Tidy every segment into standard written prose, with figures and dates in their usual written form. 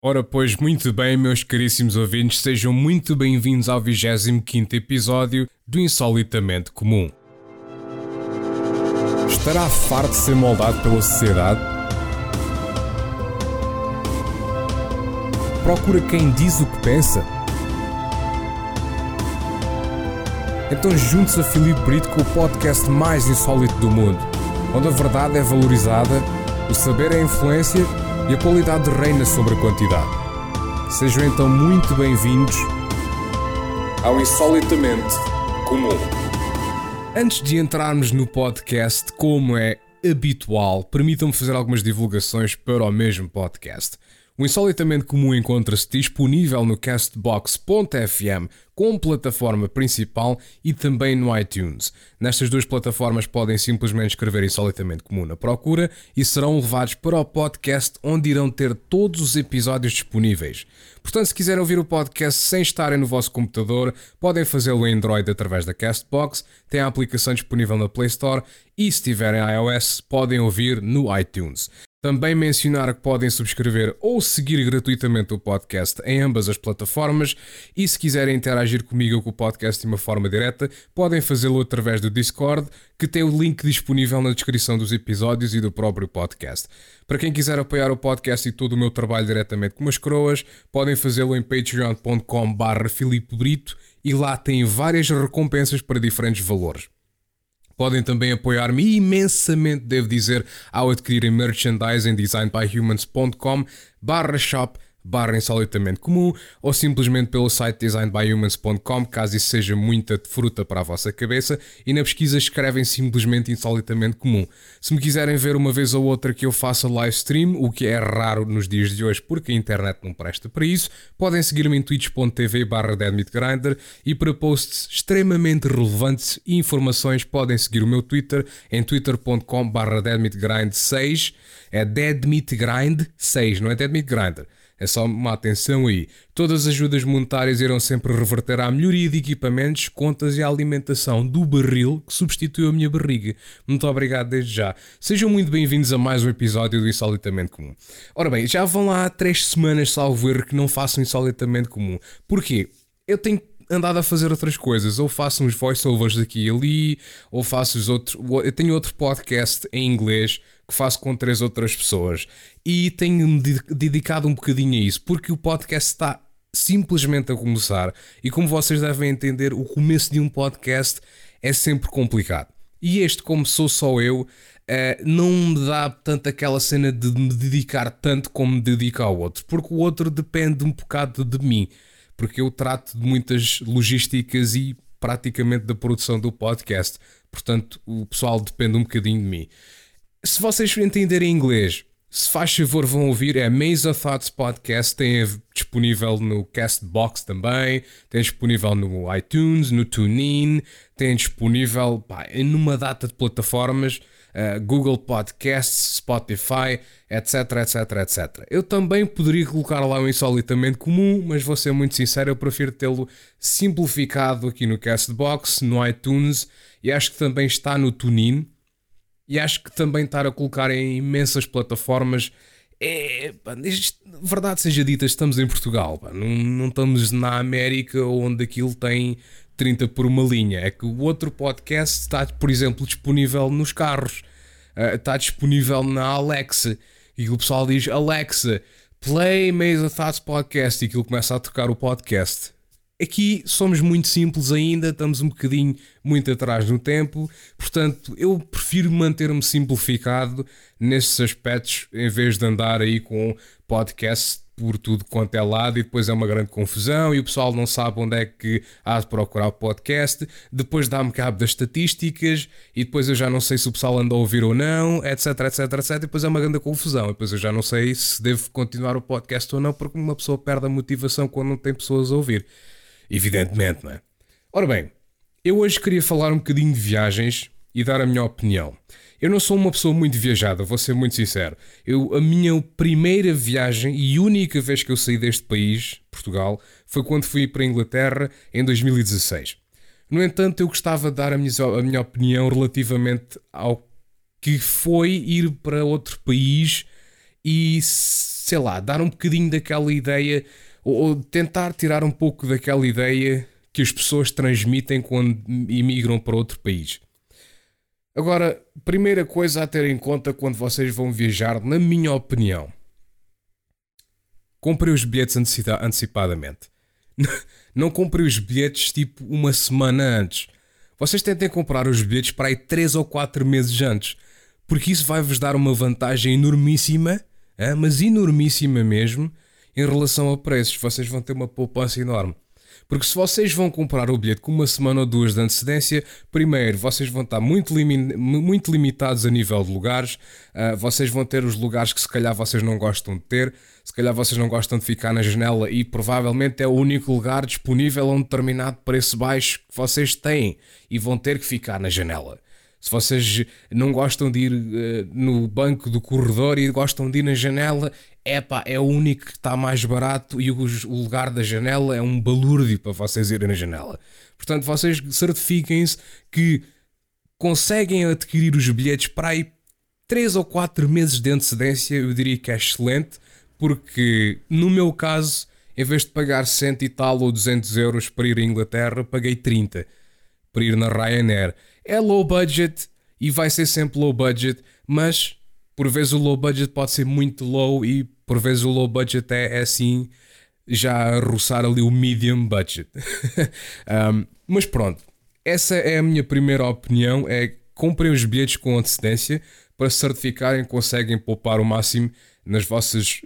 Ora pois, muito bem, meus caríssimos ouvintes, sejam muito bem-vindos ao 25º episódio do Insolitamente Comum. Estará farto de ser moldado pela sociedade? Procura quem diz o que pensa? Então junte-se a Filipe Brito com o podcast mais insólito do mundo, onde a verdade é valorizada, o saber é influência e a qualidade reina sobre a quantidade. Sejam então muito bem-vindos ao Insolitamente Comum. Antes de entrarmos no podcast, como é habitual, permitam-me fazer algumas divulgações para o mesmo podcast. O Insolitamente Comum encontra-se disponível no Castbox.fm como plataforma principal e também no iTunes. Nestas duas plataformas podem simplesmente escrever Insolitamente Comum na procura e serão levados para o podcast onde irão ter todos os episódios disponíveis. Portanto, se quiserem ouvir o podcast sem estarem no vosso computador, podem fazê-lo em Android através da Castbox, tem a aplicação disponível na Play Store e se tiverem iOS podem ouvir no iTunes. Também mencionar que podem subscrever ou seguir gratuitamente o podcast em ambas as plataformas e se quiserem interagir comigo com o podcast de uma forma direta, podem fazê-lo através do Discord, que tem o link disponível na descrição dos episódios e do próprio podcast. Para quem quiser apoiar o podcast e todo o meu trabalho diretamente com as coroas, podem fazê-lo em patreon.com/Filipe Brito e lá tem várias recompensas para diferentes valores. Podem também apoiar-me imensamente, devo dizer, ao adquirirem merchandise em designbyhumans.com/shop/insolitamente comum ou simplesmente pelo site designbyhumans.com, caso isso seja muita fruta para a vossa cabeça, e na pesquisa escrevem simplesmente Insolitamente Comum. Se me quiserem ver uma vez ou outra que eu faça live stream, o que é raro nos dias de hoje porque a internet não presta para isso, podem seguir-me em twitch.tv/deadmeatgrinder e para posts extremamente relevantes e informações podem seguir o meu Twitter em twitter.com/deadmeatgrind6. É deadmeatgrind6, não é deadmeatgrinder. É só uma atenção aí. Todas as ajudas monetárias irão sempre reverter à melhoria de equipamentos, contas e à alimentação do barril que substituiu a minha barriga. Muito obrigado desde já. Sejam muito bem-vindos a mais um episódio do Insolitamente Comum. Ora bem, já vão lá 3 semanas, salvo erro, que não faço um Insolitamente Comum. Porquê? Eu tenho andado a fazer outras coisas, ou faço uns voiceovers aqui e ali, ou faço os outros. Eu tenho outro podcast em inglês que faço com 3 outras pessoas e tenho-me dedicado um bocadinho a isso, porque o podcast está simplesmente a começar e, como vocês devem entender, o começo de um podcast é sempre complicado. E este, como sou só eu, não me dá tanto aquela cena de me dedicar tanto como me dedico ao outro, porque o outro depende um bocado de mim, porque eu trato de muitas logísticas e praticamente da produção do podcast, portanto o pessoal depende um bocadinho de mim. Se vocês entenderem inglês, se faz favor vão ouvir, é Maze of Thoughts Podcast, tem disponível no Castbox também, tem disponível no iTunes, no TuneIn, tem disponível numa data de plataformas, Google Podcasts, Spotify, etc, etc, etc. Eu também poderia colocar lá um Insolitamente Comum, mas vou ser muito sincero, eu prefiro tê-lo simplificado aqui no Castbox, no iTunes, e acho que também está no TuneIn. E acho que também estar a colocar em imensas plataformas verdade seja dita, estamos em Portugal, não estamos na América onde aquilo tem 30 por uma linha. É que o outro podcast está, por exemplo, disponível nos carros, está disponível na Alexa e o pessoal diz: Alexa, play Maze of Thoughts Podcast, e aquilo começa a tocar o podcast. Aqui somos muito simples ainda, estamos um bocadinho muito atrás no tempo, portanto eu prefiro manter-me simplificado nesses aspectos em vez de andar aí com podcast por tudo quanto é lado e depois é uma grande confusão e o pessoal não sabe onde é que há de procurar o podcast, depois dá-me cabo das estatísticas e depois eu já não sei se o pessoal anda a ouvir ou não, etc, etc, etc, e depois é uma grande confusão, e depois eu já não sei se devo continuar o podcast ou não, porque uma pessoa perde a motivação quando não tem pessoas a ouvir. Evidentemente, não é? Ora bem, eu hoje queria falar um bocadinho de viagens e dar a minha opinião. Eu não sou uma pessoa muito viajada, vou ser muito sincero. A minha primeira viagem e única vez que eu saí deste país, Portugal, foi quando fui para a Inglaterra em 2016. No entanto, eu gostava de dar a minha opinião relativamente ao que foi ir para outro país e, sei lá, dar um bocadinho daquela ideia, ou tentar tirar um pouco daquela ideia que as pessoas transmitem quando imigram para outro país. Agora, primeira coisa a ter em conta quando vocês vão viajar, na minha opinião, comprem os bilhetes antecipadamente. Não comprem os bilhetes tipo uma semana antes. Vocês tentem comprar os bilhetes para aí 3 ou 4 meses antes, porque isso vai-vos dar uma vantagem enormíssima, mas enormíssima mesmo, em relação a preços. Vocês vão ter uma poupança enorme. Porque se vocês vão comprar o bilhete com uma semana ou duas de antecedência, primeiro, vocês vão estar muito limitados a nível de lugares. Vocês vão ter os lugares que se calhar vocês não gostam de ter. Se calhar vocês não gostam de ficar na janela e provavelmente é o único lugar disponível a um determinado preço baixo que vocês têm e vão ter que ficar na janela. Se vocês não gostam de ir no banco do corredor e gostam de ir na janela, é o único que está mais barato e o lugar da janela é um balúrdio para vocês irem na janela. Portanto, vocês certifiquem-se que conseguem adquirir os bilhetes para aí 3 ou 4 meses de antecedência. Eu diria que é excelente, porque no meu caso, em vez de pagar 100 e tal ou 200 euros para ir à Inglaterra, paguei 30 para ir na Ryanair. É low budget e vai ser sempre low budget, mas por vezes o low budget pode ser muito low e por vezes o low budget é assim, já a roçar ali o medium budget. Mas pronto, essa é a minha primeira opinião, é comprem os bilhetes com antecedência para certificarem que conseguem poupar o máximo nas vossas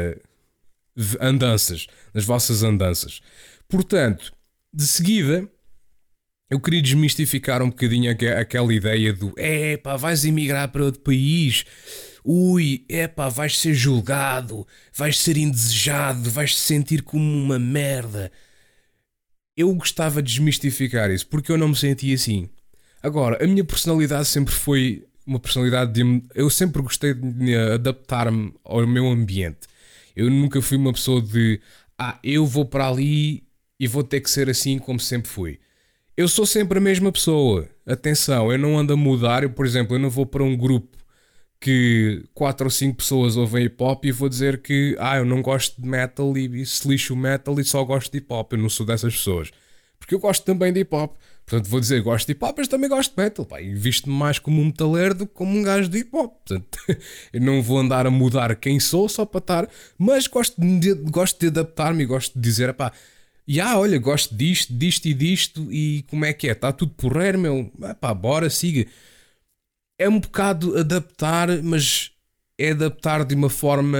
andanças. Portanto, de seguida, eu queria desmistificar um bocadinho aquela ideia do vais emigrar para outro país, vais ser julgado, vais ser indesejado, vais te sentir como uma merda. Eu gostava de desmistificar isso, porque eu não me senti assim. Agora, a minha personalidade sempre foi uma personalidade eu sempre gostei de adaptar-me ao meu ambiente. Eu nunca fui uma pessoa de eu vou para ali e vou ter que ser assim como sempre fui. Eu sou sempre a mesma pessoa. Atenção, eu não ando a mudar. Por exemplo, eu não vou para um grupo que 4 ou 5 pessoas ouvem hip hop e vou dizer que eu não gosto de metal e se lixo o metal e só gosto de hip hop. Eu não sou dessas pessoas. Porque eu gosto também de hip hop. Portanto, vou dizer gosto de hip hop, mas também gosto de metal. E visto-me mais como um metaleiro do que como um gajo de hip hop. Portanto, eu não vou andar a mudar quem sou só para estar. Mas gosto de adaptar-me e gosto de dizer, olha, gosto disto e disto e como é que é? Está tudo porreiro, meu? Bora, siga. É um bocado adaptar, mas é adaptar de uma forma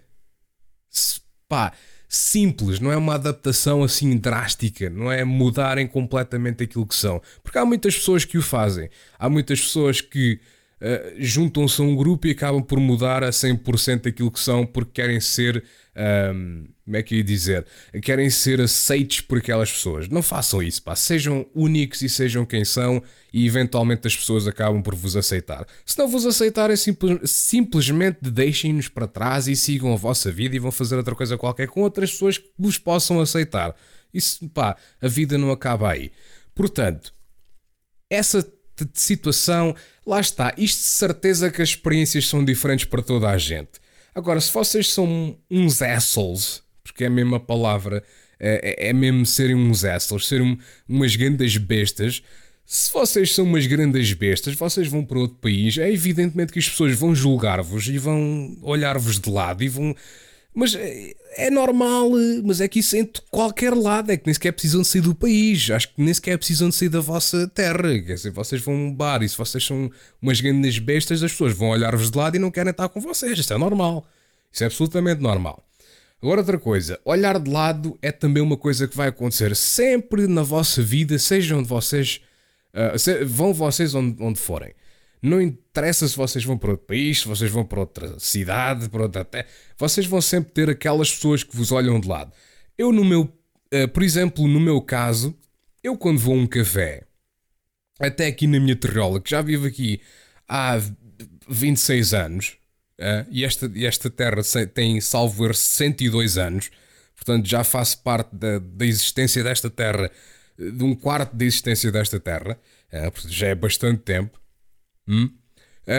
simples, não é uma adaptação assim drástica, não é mudarem completamente aquilo que são. Porque há muitas pessoas que o fazem. Há muitas pessoas que juntam-se a um grupo e acabam por mudar a 100% aquilo que são porque querem ser... como é que eu ia dizer? Querem ser aceitos por aquelas pessoas. Não façam isso, sejam únicos e sejam quem são e eventualmente as pessoas acabam por vos aceitar. Se não vos aceitarem, simplesmente deixem-nos para trás e sigam a vossa vida e vão fazer outra coisa qualquer com outras pessoas que vos possam aceitar. Isso, a vida não acaba aí. Portanto, essa situação, lá está. Isto de certeza que as experiências são diferentes para toda a gente. Agora, se vocês são uns assholes, porque é a mesma palavra, é mesmo serem uns assholes, serem umas grandes bestas, se vocês são umas grandes bestas, vocês vão para outro país, é evidentemente que as pessoas vão julgar-vos e vão olhar-vos de lado e vão... Mas é normal, mas é que isso em qualquer lado, é que nem sequer precisam de sair do país, acho que nem sequer precisam de sair da vossa terra, quer dizer, vocês vão a um bar e se vocês são umas grandes bestas, as pessoas vão olhar-vos de lado e não querem estar com vocês, isso é normal, isso é absolutamente normal. Agora outra coisa, olhar de lado é também uma coisa que vai acontecer sempre na vossa vida, seja onde vocês, vão vocês onde forem. Não interessa se vocês vão para outro país, se vocês vão para outra cidade, para outra terra. Vocês vão sempre ter aquelas pessoas que vos olham de lado. Eu por exemplo, no meu caso, eu quando vou a um café, até aqui na minha terrola, que já vivo aqui há 26 anos, e esta terra tem, salvo erro, 102 anos, portanto já faço parte da existência desta terra, de um quarto da existência desta terra, portanto já é bastante tempo.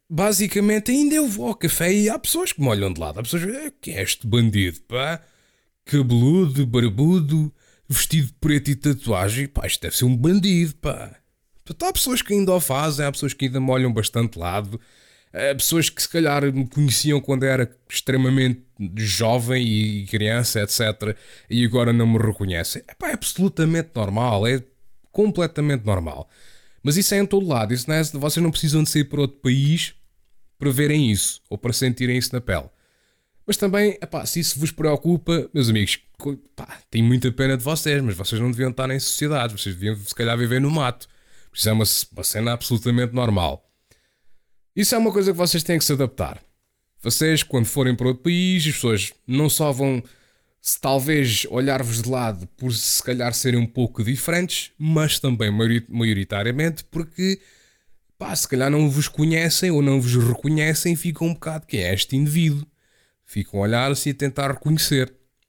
basicamente ainda eu vou ao café e há pessoas que me olham de lado. Há pessoas que dizem, quem é este bandido, pá? Cabeludo, barbudo, vestido de preto e tatuagem. Pá, isto deve ser um bandido, pá. Portanto, há pessoas que ainda o fazem, há pessoas que ainda me olham bastante lado. Há pessoas que se calhar me conheciam quando era extremamente jovem e criança, etc. E agora não me reconhecem. Epá, é absolutamente normal, é completamente normal. Mas isso é em todo lado. Isso não é, vocês não precisam de sair para outro país para verem isso ou para sentirem isso na pele. Mas também, epá, se isso vos preocupa, meus amigos, pá, tenho muita pena de vocês, mas vocês não deviam estar em sociedade, vocês deviam se calhar viver no mato. Isso é uma cena absolutamente normal. Isso é uma coisa que vocês têm que se adaptar. Vocês, quando forem para outro país, as pessoas não só vão talvez olhar-vos de lado por se calhar serem um pouco diferentes, mas também maioritariamente porque pá, se calhar não vos conhecem ou não vos reconhecem e ficam um bocado quem é este indivíduo. Ficam a olhar assim a tentar reconhecer.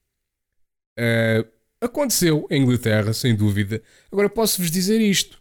Aconteceu em Inglaterra, sem dúvida. Agora posso-vos dizer isto.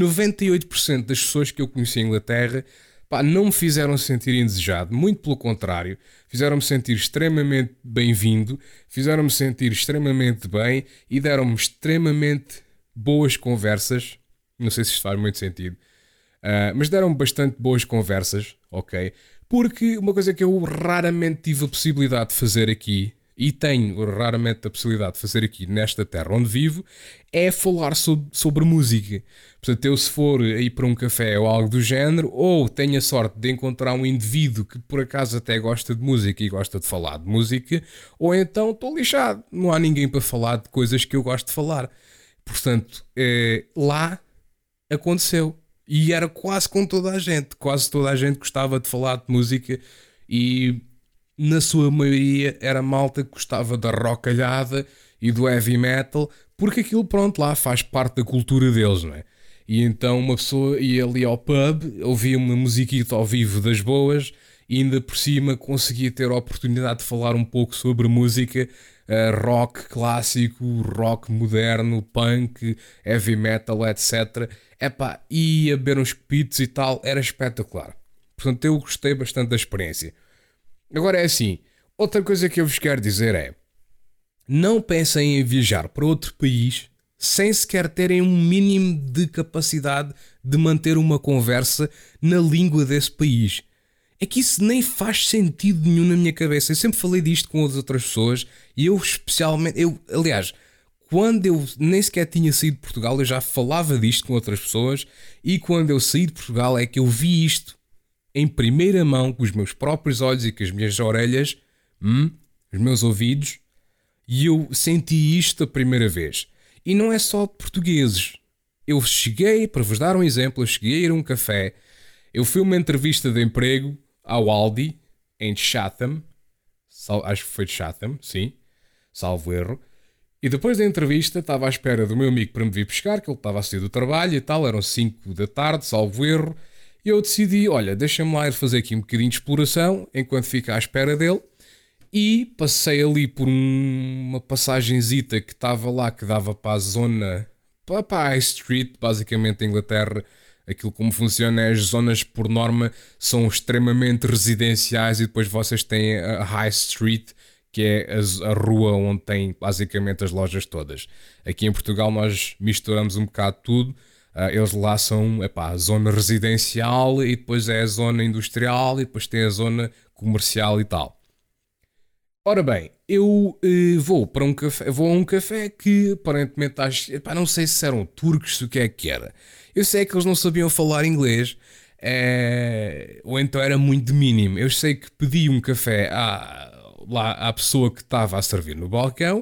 98% das pessoas que eu conheci em Inglaterra, pá, não me fizeram sentir indesejado. Muito pelo contrário. Fizeram-me sentir extremamente bem-vindo. Fizeram-me sentir extremamente bem. E deram-me extremamente boas conversas. Não sei se isto faz muito sentido. Mas deram-me bastante boas conversas, ok? Porque uma coisa que eu raramente tive a possibilidade de fazer aqui, e tenho raramente a possibilidade de fazer aqui nesta terra onde vivo, é falar sobre música. Portanto, eu se for ir para um café ou algo do género, ou tenho a sorte de encontrar um indivíduo que por acaso até gosta de música e gosta de falar de música, ou então estou lixado, não há ninguém para falar de coisas que eu gosto de falar. Portanto, lá aconteceu. E era quase com toda a gente. Quase toda a gente gostava de falar de música e na sua maioria era malta que gostava da rockalhada e do heavy metal, porque aquilo, pronto, lá faz parte da cultura deles, não é? E então uma pessoa ia ali ao pub, ouvia uma musiquita ao vivo das boas e ainda por cima conseguia ter a oportunidade de falar um pouco sobre música, rock clássico, rock moderno, punk, heavy metal, etc. Epá, ia beber uns copitos e tal, era espetacular. Portanto, eu gostei bastante da experiência. Agora é assim, outra coisa que eu vos quero dizer é, não pensem em viajar para outro país sem sequer terem um mínimo de capacidade de manter uma conversa na língua desse país. É que isso nem faz sentido nenhum na minha cabeça. Eu sempre falei disto com as outras pessoas e eu especialmente, aliás, quando eu nem sequer tinha saído de Portugal, eu já falava disto com outras pessoas e quando eu saí de Portugal é que eu vi isto em primeira mão, com os meus próprios olhos e com as minhas orelhas, os meus ouvidos, e eu senti isto a primeira vez. E não é só de portugueses. Eu cheguei, para vos dar um exemplo, eu cheguei a ir a um café, eu fui a uma entrevista de emprego ao Aldi, em Chatham, acho que foi de Chatham, sim, salvo erro, e depois da entrevista estava à espera do meu amigo para me vir pescar, que ele estava a sair do trabalho e tal, eram 5 da tarde, salvo erro, e eu decidi, olha, deixa-me lá ir fazer aqui um bocadinho de exploração, enquanto fico à espera dele, e passei ali por uma passagenzita que estava lá, que dava para a zona, para a High Street, basicamente em Inglaterra. Aquilo como funciona é as zonas por norma são extremamente residenciais e depois vocês têm a High Street, que é a rua onde tem basicamente as lojas todas. Aqui em Portugal nós misturamos um bocado tudo. Eles lá são a zona residencial e depois é a zona industrial e depois tem a zona comercial e tal. Ora bem, eu vou a um café que aparentemente não sei se eram turcos, o que é que era. Eu sei que eles não sabiam falar inglês, ou então era muito de mínimo. Eu sei que pedi um café lá à pessoa que estava a servir no balcão,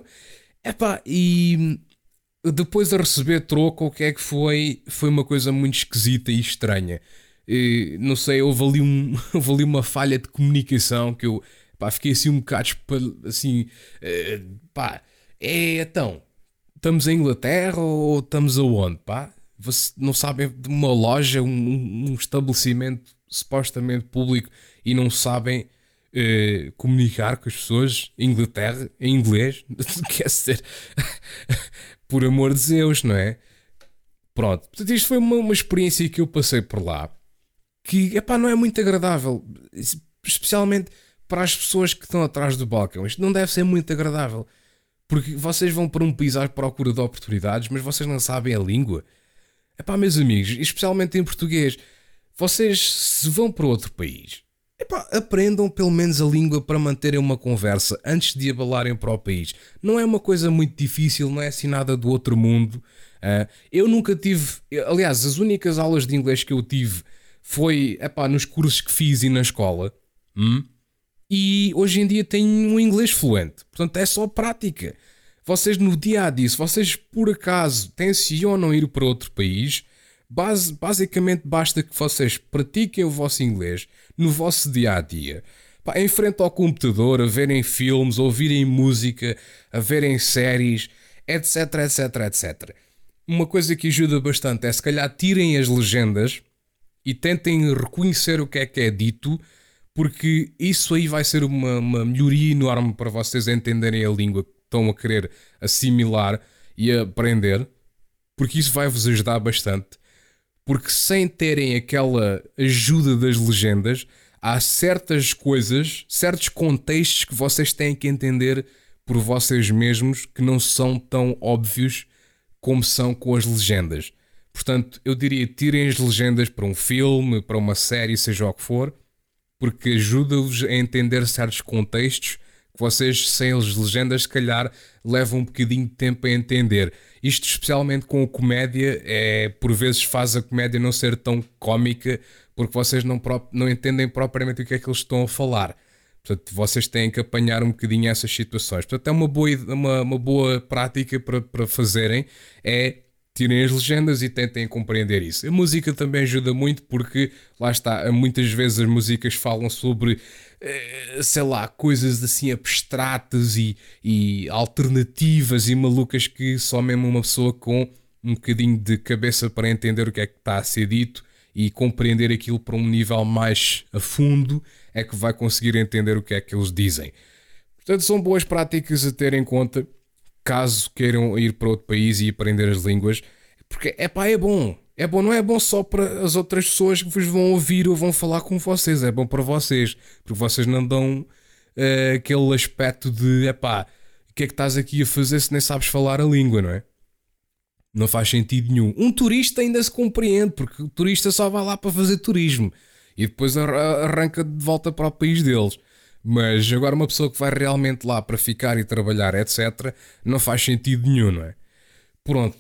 e depois a receber troco, o que é que foi uma coisa muito esquisita e estranha. Não sei, houve ali uma falha de comunicação que eu fiquei assim um bocado assim, então, estamos em Inglaterra ou estamos aonde, Vocês não sabem de uma loja, um estabelecimento supostamente público e não sabem comunicar com as pessoas em Inglaterra, em inglês, quer dizer, por amor de Deus, não é? Pronto, portanto isto foi uma experiência que eu passei por lá. que, epá, não é muito agradável, especialmente para as pessoas que estão atrás do balcão. Isto não deve ser muito agradável, porque vocês vão para um país à procura de oportunidades, mas vocês não sabem a língua. Epá, meus amigos, especialmente em português, vocês se vão para outro país, epá, aprendam pelo menos a língua para manterem uma conversa antes de abalarem para o país. Não é uma coisa muito difícil, não é assim nada do outro mundo. Eu nunca tive, aliás, as únicas aulas de inglês que eu tive foi, epá, nos cursos que fiz e na escola. E hoje em dia tenho um inglês fluente. Portanto, é só prática. Vocês no dia a dia, se vocês por acaso tencionam ir para outro país, basicamente basta que vocês pratiquem o vosso inglês no vosso dia a dia. Em frente ao computador, a verem filmes, a ouvirem música, a verem séries, etc, etc, etc. Uma coisa que ajuda bastante é, se calhar, tirem as legendas e tentem reconhecer o que é dito, porque isso aí vai ser uma melhoria enorme para vocês entenderem a língua que estão a querer assimilar e aprender, porque isso vai vos ajudar bastante. Porque sem terem aquela ajuda das legendas, há certas coisas, certos contextos que vocês têm que entender por vocês mesmos, que não são tão óbvios como são com as legendas. Portanto, eu diria, tirem as legendas para um filme, para uma série, seja o que for, porque ajuda-vos a entender certos contextos que vocês, sem as legendas, se calhar levam um bocadinho de tempo a entender. Isto especialmente com a comédia, por vezes faz a comédia não ser tão cómica, porque vocês não entendem propriamente o que é que eles estão a falar. Portanto, vocês têm que apanhar um bocadinho essas situações. Portanto, é uma boa prática para fazerem, é tirem as legendas e tentem compreender isso. A música também ajuda muito, porque, lá está, muitas vezes as músicas falam sobre, sei lá, coisas assim abstratas e alternativas e malucas, que só mesmo uma pessoa com um bocadinho de cabeça para entender o que é que está a ser dito e compreender aquilo para um nível mais a fundo é que vai conseguir entender o que é que eles dizem. Portanto, são boas práticas a ter em conta caso queiram ir para outro país e aprender as línguas, porque é bom. É bom, não é bom só para as outras pessoas que vos vão ouvir ou vão falar com vocês, é bom para vocês, porque vocês não dão aquele aspecto de, o que é que estás aqui a fazer se nem sabes falar a língua, não é? Não faz sentido nenhum. Um turista ainda se compreende, porque o turista só vai lá para fazer turismo e depois arranca de volta para o país deles. Mas agora uma pessoa que vai realmente lá para ficar e trabalhar, etc., não faz sentido nenhum, não é? Pronto.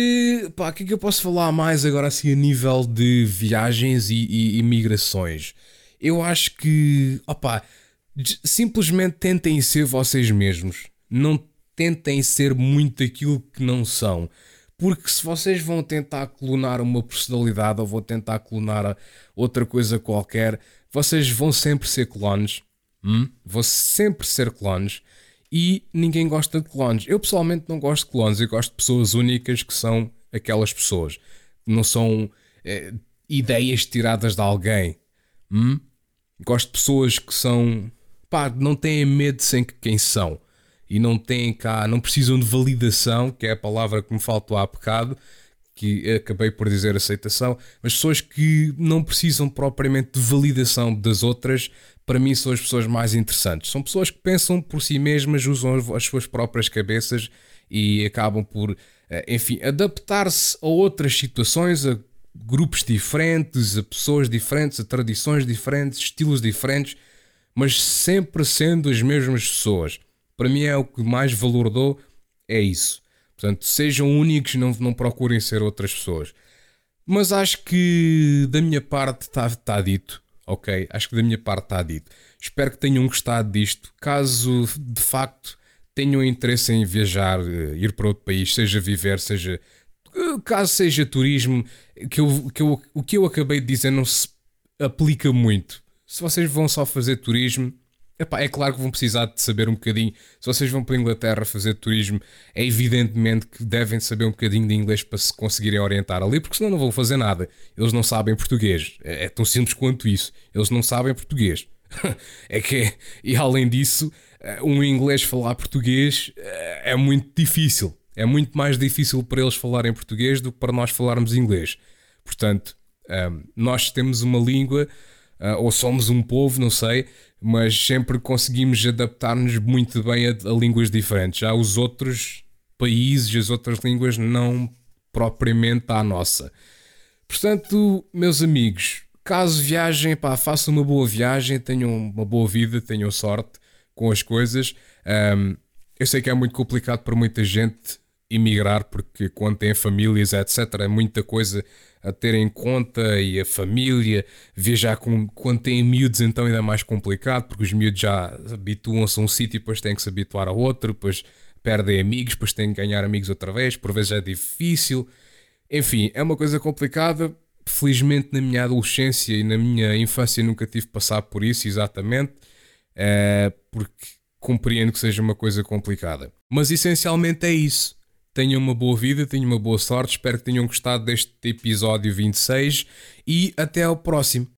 O que é que eu posso falar mais agora assim a nível de viagens e migrações? Eu acho que, simplesmente tentem ser vocês mesmos. Não tentem ser muito aquilo que não são. Porque se vocês vão tentar clonar uma personalidade ou vão tentar clonar outra coisa qualquer, vocês vão sempre ser clones. Vão sempre ser clones e ninguém gosta de clones. Eu pessoalmente não gosto de clones, eu gosto de pessoas únicas que são aquelas pessoas. Não são ideias tiradas de alguém. Gosto de pessoas que são, não têm medo de ser quem são e não precisam de validação, que é a palavra que me faltou há bocado, que acabei por dizer aceitação, mas pessoas que não precisam propriamente de validação das outras, para mim são as pessoas mais interessantes. São pessoas que pensam por si mesmas, usam as suas próprias cabeças e acabam por, adaptar-se a outras situações, a grupos diferentes, a pessoas diferentes, a tradições diferentes, estilos diferentes, mas sempre sendo as mesmas pessoas. Para mim é o que mais valor dou, é isso. Portanto, sejam únicos, não procurem ser outras pessoas. Mas acho que da minha parte está dito. Ok? Acho que da minha parte está dito. Espero que tenham gostado disto. Caso de facto tenham interesse em viajar, ir para outro país, seja viver, caso seja turismo, o que eu acabei de dizer não se aplica muito. Se vocês vão só fazer turismo, é claro que vão precisar de saber um bocadinho. Se vocês vão para a Inglaterra fazer turismo, é evidentemente que devem saber um bocadinho de inglês para se conseguirem orientar ali, porque senão não vão fazer nada. Eles não sabem português. É tão simples quanto isso. Eles não sabem português. E além disso, um inglês falar português é muito difícil. É muito mais difícil para eles falarem português do que para nós falarmos inglês. Portanto, Nós temos uma língua, ou somos um povo, não sei, mas sempre conseguimos adaptar-nos muito bem a línguas diferentes. Já os outros países, as outras línguas, não propriamente à nossa. Portanto, meus amigos, caso viajem, pá, façam uma boa viagem, tenham uma boa vida, tenham sorte com as coisas. Eu sei que é muito complicado para muita gente emigrar, porque quando tem famílias, etc., é muita coisa a ter em conta, e a família, viajar quando têm miúdos, então ainda é mais complicado, porque os miúdos já habituam-se a um sítio e depois têm que se habituar a outro, depois perdem amigos, depois têm que ganhar amigos outra vez, por vezes é difícil. Enfim, é uma coisa complicada. Felizmente na minha adolescência e na minha infância nunca tive de passar por isso exatamente, porque compreendo que seja uma coisa complicada. Mas essencialmente é isso. Tenham uma boa vida, tenham uma boa sorte, espero que tenham gostado deste episódio 26 e até ao próximo.